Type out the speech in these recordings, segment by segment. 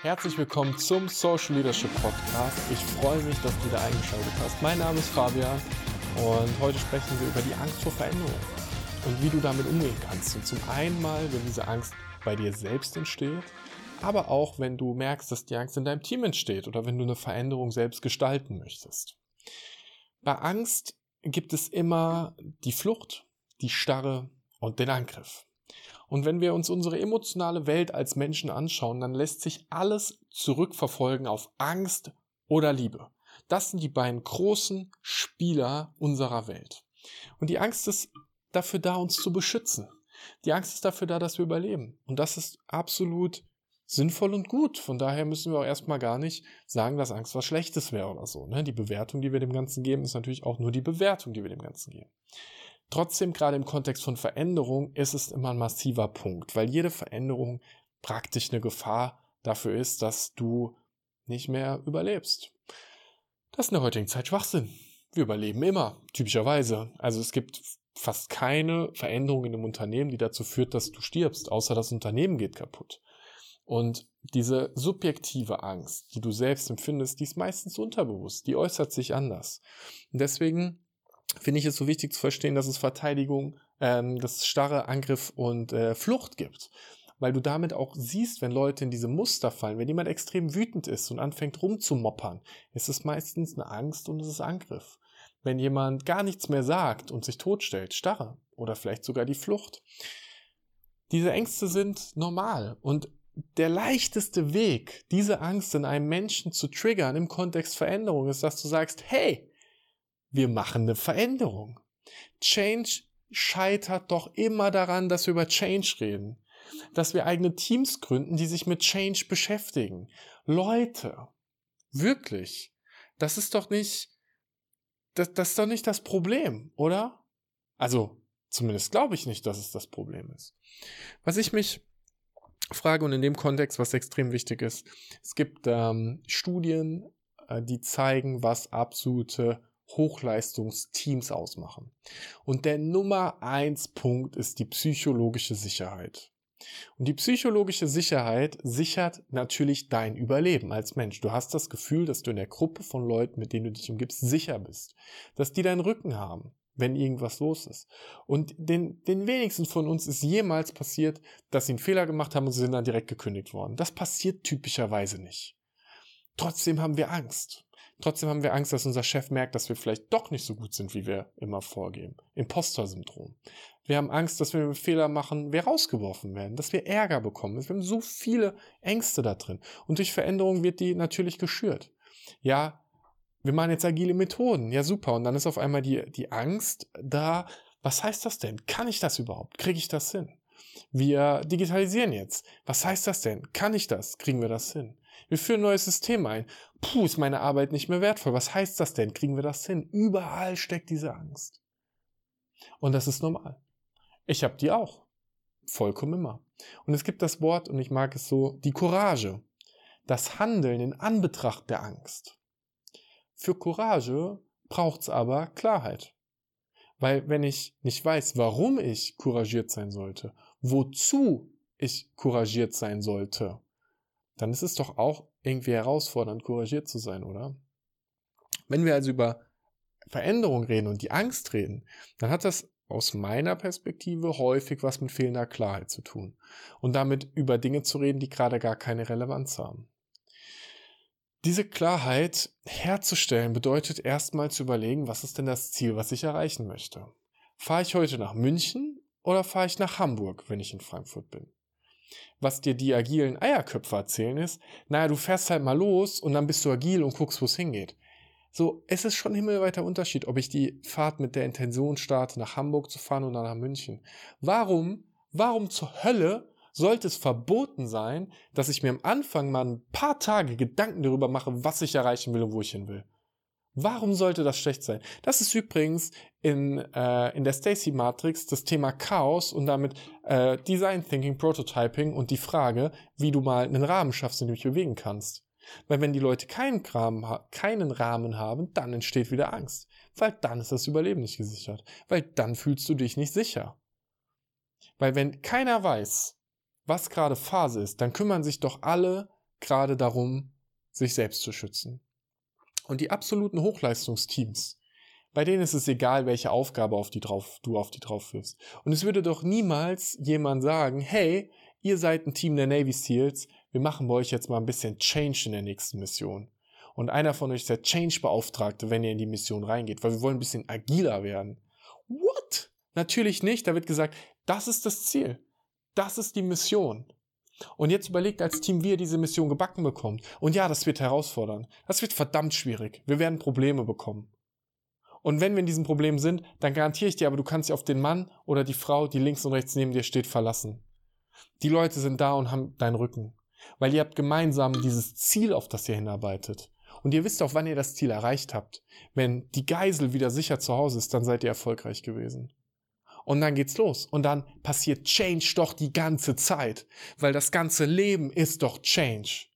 Herzlich willkommen zum Social Leadership Podcast. Ich freue mich, dass du da eingeschaltet hast. Mein Name ist Fabian und heute sprechen wir über die Angst vor Veränderung und wie du damit umgehen kannst. Und zum einen mal, wenn diese Angst bei dir selbst entsteht, aber auch, wenn du merkst, dass die Angst in deinem Team entsteht oder wenn du eine Veränderung selbst gestalten möchtest. Bei Angst gibt es immer die Flucht, die Starre und den Angriff. Und wenn wir uns unsere emotionale Welt als Menschen anschauen, dann lässt sich alles zurückverfolgen auf Angst oder Liebe. Das sind die beiden großen Spieler unserer Welt. Und die Angst ist dafür da, uns zu beschützen. Die Angst ist dafür da, dass wir überleben. Und das ist absolut sinnvoll und gut. Von daher müssen wir auch erstmal gar nicht sagen, dass Angst was Schlechtes wäre oder so. Die Bewertung, die wir dem Ganzen geben, ist natürlich auch nur die Bewertung, die wir dem Ganzen geben. Trotzdem, gerade im Kontext von Veränderung, ist es immer ein massiver Punkt, weil jede Veränderung praktisch eine Gefahr dafür ist, dass du nicht mehr überlebst. Das ist in der heutigen Zeit Schwachsinn. Wir überleben immer, typischerweise. Also es gibt fast keine Veränderung in einem Unternehmen, die dazu führt, dass du stirbst, außer das Unternehmen geht kaputt. Und diese subjektive Angst, die du selbst empfindest, die ist meistens unterbewusst, die äußert sich anders. Und deswegen finde ich es so wichtig zu verstehen, dass es Verteidigung, dass es starre Angriff und Flucht gibt. Weil du damit auch siehst, wenn Leute in diese Muster fallen, wenn jemand extrem wütend ist und anfängt rumzumoppern, ist es meistens eine Angst und es ist Angriff. Wenn jemand gar nichts mehr sagt und sich totstellt, Starre oder vielleicht sogar die Flucht. Diese Ängste sind normal und der leichteste Weg, diese Angst in einem Menschen zu triggern im Kontext Veränderung, ist, dass du sagst, hey, wir machen eine Veränderung. Change scheitert doch immer daran, dass wir über Change reden. Dass wir eigene Teams gründen, die sich mit Change beschäftigen. Leute, wirklich, das ist doch nicht das Problem, oder? Also, zumindest glaube ich nicht, dass es das Problem ist. Was ich mich frage und in dem Kontext, was extrem wichtig ist, es gibt Studien, die zeigen, was absolute Hochleistungsteams ausmachen. Und der Nummer 1 Punkt ist die psychologische Sicherheit. Und die psychologische Sicherheit sichert natürlich dein Überleben als Mensch. Du hast das Gefühl, dass du in der Gruppe von Leuten, mit denen du dich umgibst, sicher bist. Dass die deinen Rücken haben, wenn irgendwas los ist. Und den wenigsten von uns ist jemals passiert, dass sie einen Fehler gemacht haben und sie sind dann direkt gekündigt worden. Das passiert typischerweise nicht. Trotzdem haben wir Angst. Trotzdem haben wir Angst, dass unser Chef merkt, dass wir vielleicht doch nicht so gut sind, wie wir immer vorgeben. Imposter-Syndrom. Wir haben Angst, dass wir einen Fehler machen, wir rausgeworfen werden, dass wir Ärger bekommen. Wir haben so viele Ängste da drin. Und durch Veränderung wird die natürlich geschürt. Ja, wir machen jetzt agile Methoden. Ja, super. Und dann ist auf einmal die Angst da. Was heißt das denn? Kann ich das überhaupt? Kriege ich das hin? Wir digitalisieren jetzt. Was heißt das denn? Kann ich das? Kriegen wir das hin? Wir führen ein neues System ein. Ist meine Arbeit nicht mehr wertvoll? Was heißt das denn? Kriegen wir das hin? Überall steckt diese Angst. Und das ist normal. Ich habe die auch. Vollkommen immer. Und es gibt das Wort, und ich mag es so, die Courage. Das Handeln in Anbetracht der Angst. Für Courage braucht es aber Klarheit. Weil wenn ich nicht weiß, warum ich couragiert sein sollte, wozu ich couragiert sein sollte, dann ist es doch auch irgendwie herausfordernd, couragiert zu sein, oder? Wenn wir also über Veränderung reden und die Angst reden, dann hat das aus meiner Perspektive häufig was mit fehlender Klarheit zu tun. Und damit über Dinge zu reden, die gerade gar keine Relevanz haben. Diese Klarheit herzustellen bedeutet erstmal zu überlegen, was ist denn das Ziel, was ich erreichen möchte. Fahre ich heute nach München oder fahre ich nach Hamburg, wenn ich in Frankfurt bin? Was dir die agilen Eierköpfe erzählen ist, du fährst halt mal los und dann bist du agil und guckst, wo es hingeht. So, es ist schon ein himmelweiter Unterschied, ob ich die Fahrt mit der Intention starte, nach Hamburg zu fahren oder nach München. Warum zur Hölle sollte es verboten sein, dass ich mir am Anfang mal ein paar Tage Gedanken darüber mache, was ich erreichen will und wo ich hin will? Warum sollte das schlecht sein? Das ist übrigens in der Stacy-Matrix das Thema Chaos und damit Design Thinking, Prototyping und die Frage, wie du mal einen Rahmen schaffst, in dem du dich bewegen kannst. Weil wenn die Leute keinen Rahmen haben, dann entsteht wieder Angst. Weil dann ist das Überleben nicht gesichert. Weil dann fühlst du dich nicht sicher. Weil wenn keiner weiß, was gerade Phase ist, dann kümmern sich doch alle gerade darum, sich selbst zu schützen. Und die absoluten Hochleistungsteams, bei denen ist es egal, welche Aufgabe du auf die drauf wirfst. Und es würde doch niemals jemand sagen, hey, ihr seid ein Team der Navy Seals, wir machen bei euch jetzt mal ein bisschen Change in der nächsten Mission. Und einer von euch ist der Change-Beauftragte, wenn ihr in die Mission reingeht, weil wir wollen ein bisschen agiler werden. What? Natürlich nicht. Da wird gesagt, das ist das Ziel. Das ist die Mission. Und jetzt überlegt als Team, wie ihr diese Mission gebacken bekommt. Und ja, das wird herausfordern. Das wird verdammt schwierig. Wir werden Probleme bekommen. Und wenn wir in diesen Problemen sind, dann garantiere ich dir, aber du kannst dich auf den Mann oder die Frau, die links und rechts neben dir steht, verlassen. Die Leute sind da und haben deinen Rücken. Weil ihr habt gemeinsam dieses Ziel, auf das ihr hinarbeitet. Und ihr wisst auch, wann ihr das Ziel erreicht habt. Wenn die Geisel wieder sicher zu Hause ist, dann seid ihr erfolgreich gewesen. Und dann geht's los. Und dann passiert Change doch die ganze Zeit. Weil das ganze Leben ist doch Change.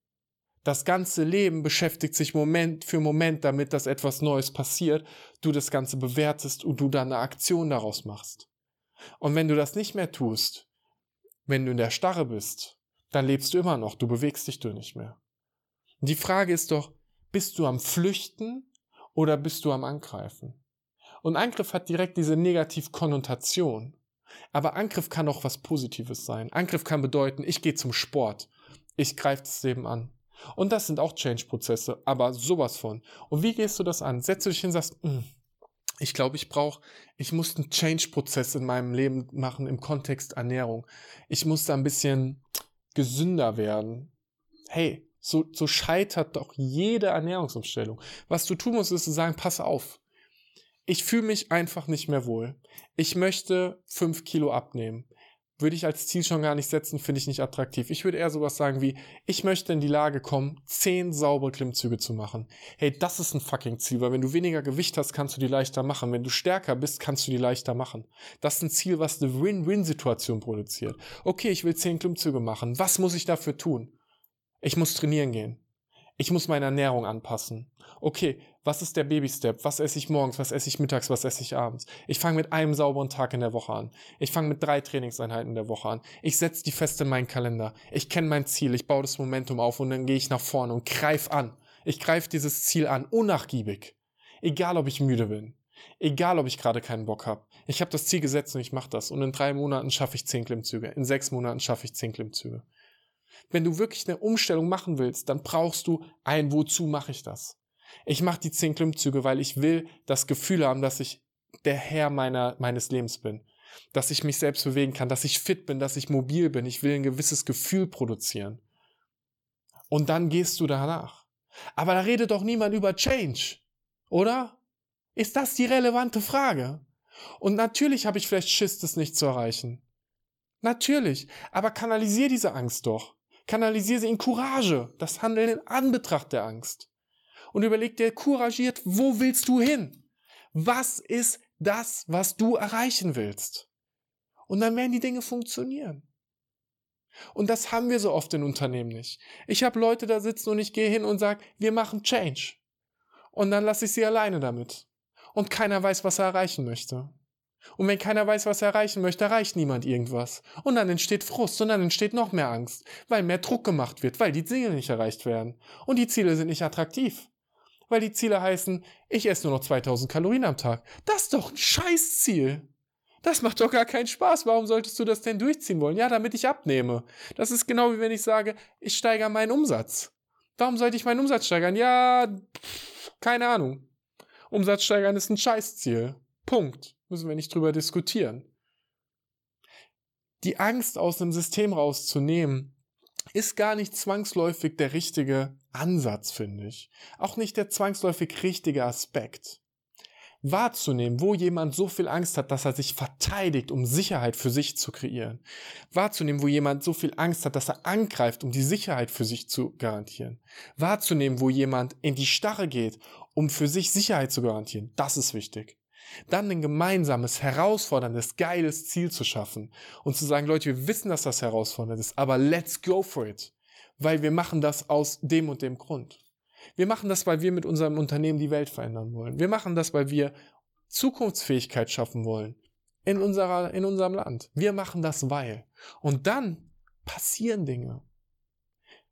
Das ganze Leben beschäftigt sich Moment für Moment damit, dass etwas Neues passiert, du das Ganze bewertest und du dann eine Aktion daraus machst. Und wenn du das nicht mehr tust, wenn du in der Starre bist, dann lebst du immer noch, du bewegst dich nicht mehr. Und die Frage ist doch, bist du am Flüchten oder bist du am Angreifen? Und Angriff hat direkt diese Negativkonnotation. Aber Angriff kann auch was Positives sein. Angriff kann bedeuten, ich gehe zum Sport, ich greife das Leben an. Und das sind auch Change-Prozesse, aber sowas von. Und wie gehst du das an? Setzt du dich hin und sagst, ich glaube, ich muss einen Change-Prozess in meinem Leben machen im Kontext Ernährung. Ich muss da ein bisschen gesünder werden. Hey, so scheitert doch jede Ernährungsumstellung. Was du tun musst, ist zu sagen, pass auf. Ich fühle mich einfach nicht mehr wohl. Ich möchte 5 Kilo abnehmen. Würde ich als Ziel schon gar nicht setzen, finde ich nicht attraktiv. Ich würde eher sowas sagen wie, ich möchte in die Lage kommen, 10 saubere Klimmzüge zu machen. Hey, das ist ein fucking Ziel, weil wenn du weniger Gewicht hast, kannst du die leichter machen. Wenn du stärker bist, kannst du die leichter machen. Das ist ein Ziel, was eine Win-Win-Situation produziert. Okay, ich will 10 Klimmzüge machen. Was muss ich dafür tun? Ich muss trainieren gehen. Ich muss meine Ernährung anpassen. Okay, was ist der Baby-Step? Was esse ich morgens? Was esse ich mittags? Was esse ich abends? Ich fange mit einem sauberen Tag in der Woche an. Ich fange mit 3 Trainingseinheiten in der Woche an. Ich setze die fest in meinen Kalender. Ich kenne mein Ziel. Ich baue das Momentum auf und dann gehe ich nach vorne und greife an. Ich greife dieses Ziel an, unnachgiebig. Egal, ob ich müde bin. Egal, ob ich gerade keinen Bock habe. Ich habe das Ziel gesetzt und ich mache das. Und in 3 Monaten schaffe ich 10 Klimmzüge. In 6 Monaten schaffe ich 10 Klimmzüge. Wenn du wirklich eine Umstellung machen willst, dann brauchst du ein Wozu mache ich das? Ich mache die 10 Klimmzüge, weil ich will das Gefühl haben, dass ich der Herr meines Lebens bin. Dass ich mich selbst bewegen kann, dass ich fit bin, dass ich mobil bin. Ich will ein gewisses Gefühl produzieren. Und dann gehst du danach. Aber da redet doch niemand über Change, oder? Ist das die relevante Frage? Und natürlich habe ich vielleicht Schiss, das nicht zu erreichen. Natürlich. Aber kanalisier diese Angst doch. Kanalisier sie in Courage, das Handeln in Anbetracht der Angst. Und überleg dir couragiert, wo willst du hin? Was ist das, was du erreichen willst? Und dann werden die Dinge funktionieren. Und das haben wir so oft in Unternehmen nicht. Ich habe Leute da sitzen und ich gehe hin und sage, wir machen Change. Und dann lasse ich sie alleine damit. Und keiner weiß, was er erreichen möchte. Und wenn keiner weiß, was er erreichen möchte, erreicht niemand irgendwas. Und dann entsteht Frust und dann entsteht noch mehr Angst, weil mehr Druck gemacht wird, weil die Ziele nicht erreicht werden. Und die Ziele sind nicht attraktiv. Weil die Ziele heißen, ich esse nur noch 2000 Kalorien am Tag. Das ist doch ein Scheißziel. Das macht doch gar keinen Spaß. Warum solltest du das denn durchziehen wollen? Ja, damit ich abnehme. Das ist genau wie wenn ich sage, ich steigere meinen Umsatz. Warum sollte ich meinen Umsatz steigern? Ja, keine Ahnung. Umsatz steigern ist ein Scheißziel. Punkt. Müssen wir nicht drüber diskutieren. Die Angst aus dem System rauszunehmen, ist gar nicht zwangsläufig der richtige Ansatz, finde ich. Auch nicht der zwangsläufig richtige Aspekt. Wahrzunehmen, wo jemand so viel Angst hat, dass er sich verteidigt, um Sicherheit für sich zu kreieren. Wahrzunehmen, wo jemand so viel Angst hat, dass er angreift, um die Sicherheit für sich zu garantieren. Wahrzunehmen, wo jemand in die Starre geht, um für sich Sicherheit zu garantieren. Das ist wichtig. Dann ein gemeinsames, herausforderndes, geiles Ziel zu schaffen und zu sagen, Leute, wir wissen, dass das herausfordernd ist, aber let's go for it, weil wir machen das aus dem und dem Grund. Wir machen das, weil wir mit unserem Unternehmen die Welt verändern wollen. Wir machen das, weil wir Zukunftsfähigkeit schaffen wollen in unserem Land. Wir machen das, weil. Und dann passieren Dinge.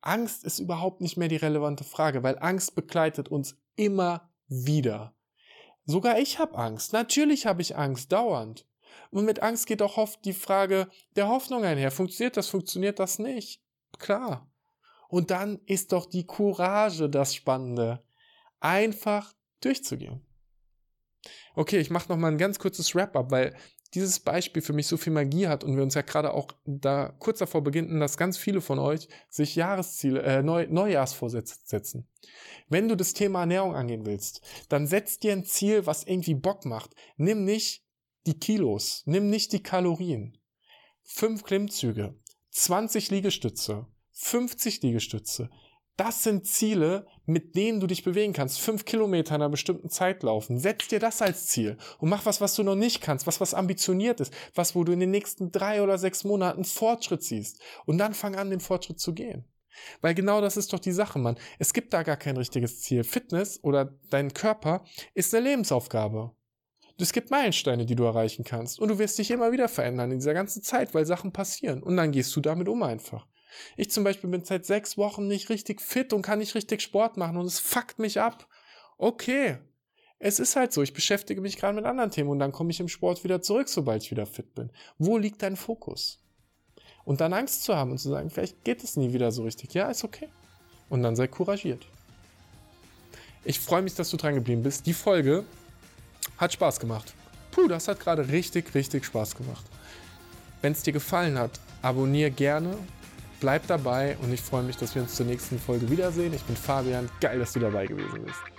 Angst ist überhaupt nicht mehr die relevante Frage, weil Angst begleitet uns immer wieder. Sogar ich habe Angst. Natürlich habe ich Angst, dauernd. Und mit Angst geht auch oft die Frage der Hoffnung einher. Funktioniert das nicht? Klar. Und dann ist doch die Courage das Spannende, einfach durchzugehen. Okay, ich mache nochmal ein ganz kurzes Wrap-up, weil dieses Beispiel für mich so viel Magie hat und wir uns ja gerade auch da kurz davor beginnen, dass ganz viele von euch sich Jahresziele, Neujahrsvorsätze setzen. Wenn du das Thema Ernährung angehen willst, dann setz dir ein Ziel, was irgendwie Bock macht. Nimm nicht die Kilos, nimm nicht die Kalorien. 5 Klimmzüge, 20 Liegestütze, 50 Liegestütze. Das sind Ziele, mit denen du dich bewegen kannst. 5 Kilometer in einer bestimmten Zeit laufen. Setz dir das als Ziel und mach was du noch nicht kannst, was ambitioniert ist, wo du in den nächsten 3 oder 6 Monaten Fortschritt siehst. Und dann fang an, den Fortschritt zu gehen. Weil genau das ist doch die Sache, Mann. Es gibt da gar kein richtiges Ziel. Fitness oder dein Körper ist eine Lebensaufgabe. Es gibt Meilensteine, die du erreichen kannst. Und du wirst dich immer wieder verändern in dieser ganzen Zeit, weil Sachen passieren. Und dann gehst du damit um einfach. Ich zum Beispiel bin seit 6 Wochen nicht richtig fit und kann nicht richtig Sport machen und es fuckt mich ab. Okay, es ist halt so, ich beschäftige mich gerade mit anderen Themen und dann komme ich im Sport wieder zurück, sobald ich wieder fit bin. Wo liegt dein Fokus? Und dann Angst zu haben und zu sagen, vielleicht geht es nie wieder so richtig. Ja, ist okay. Und dann sei couragiert. Ich freue mich, dass du dran geblieben bist. Die Folge hat Spaß gemacht. Das hat gerade richtig, richtig Spaß gemacht. Wenn es dir gefallen hat, abonniere gerne. Bleib dabei und ich freue mich, dass wir uns zur nächsten Folge wiedersehen. Ich bin Fabian. Geil, dass du dabei gewesen bist.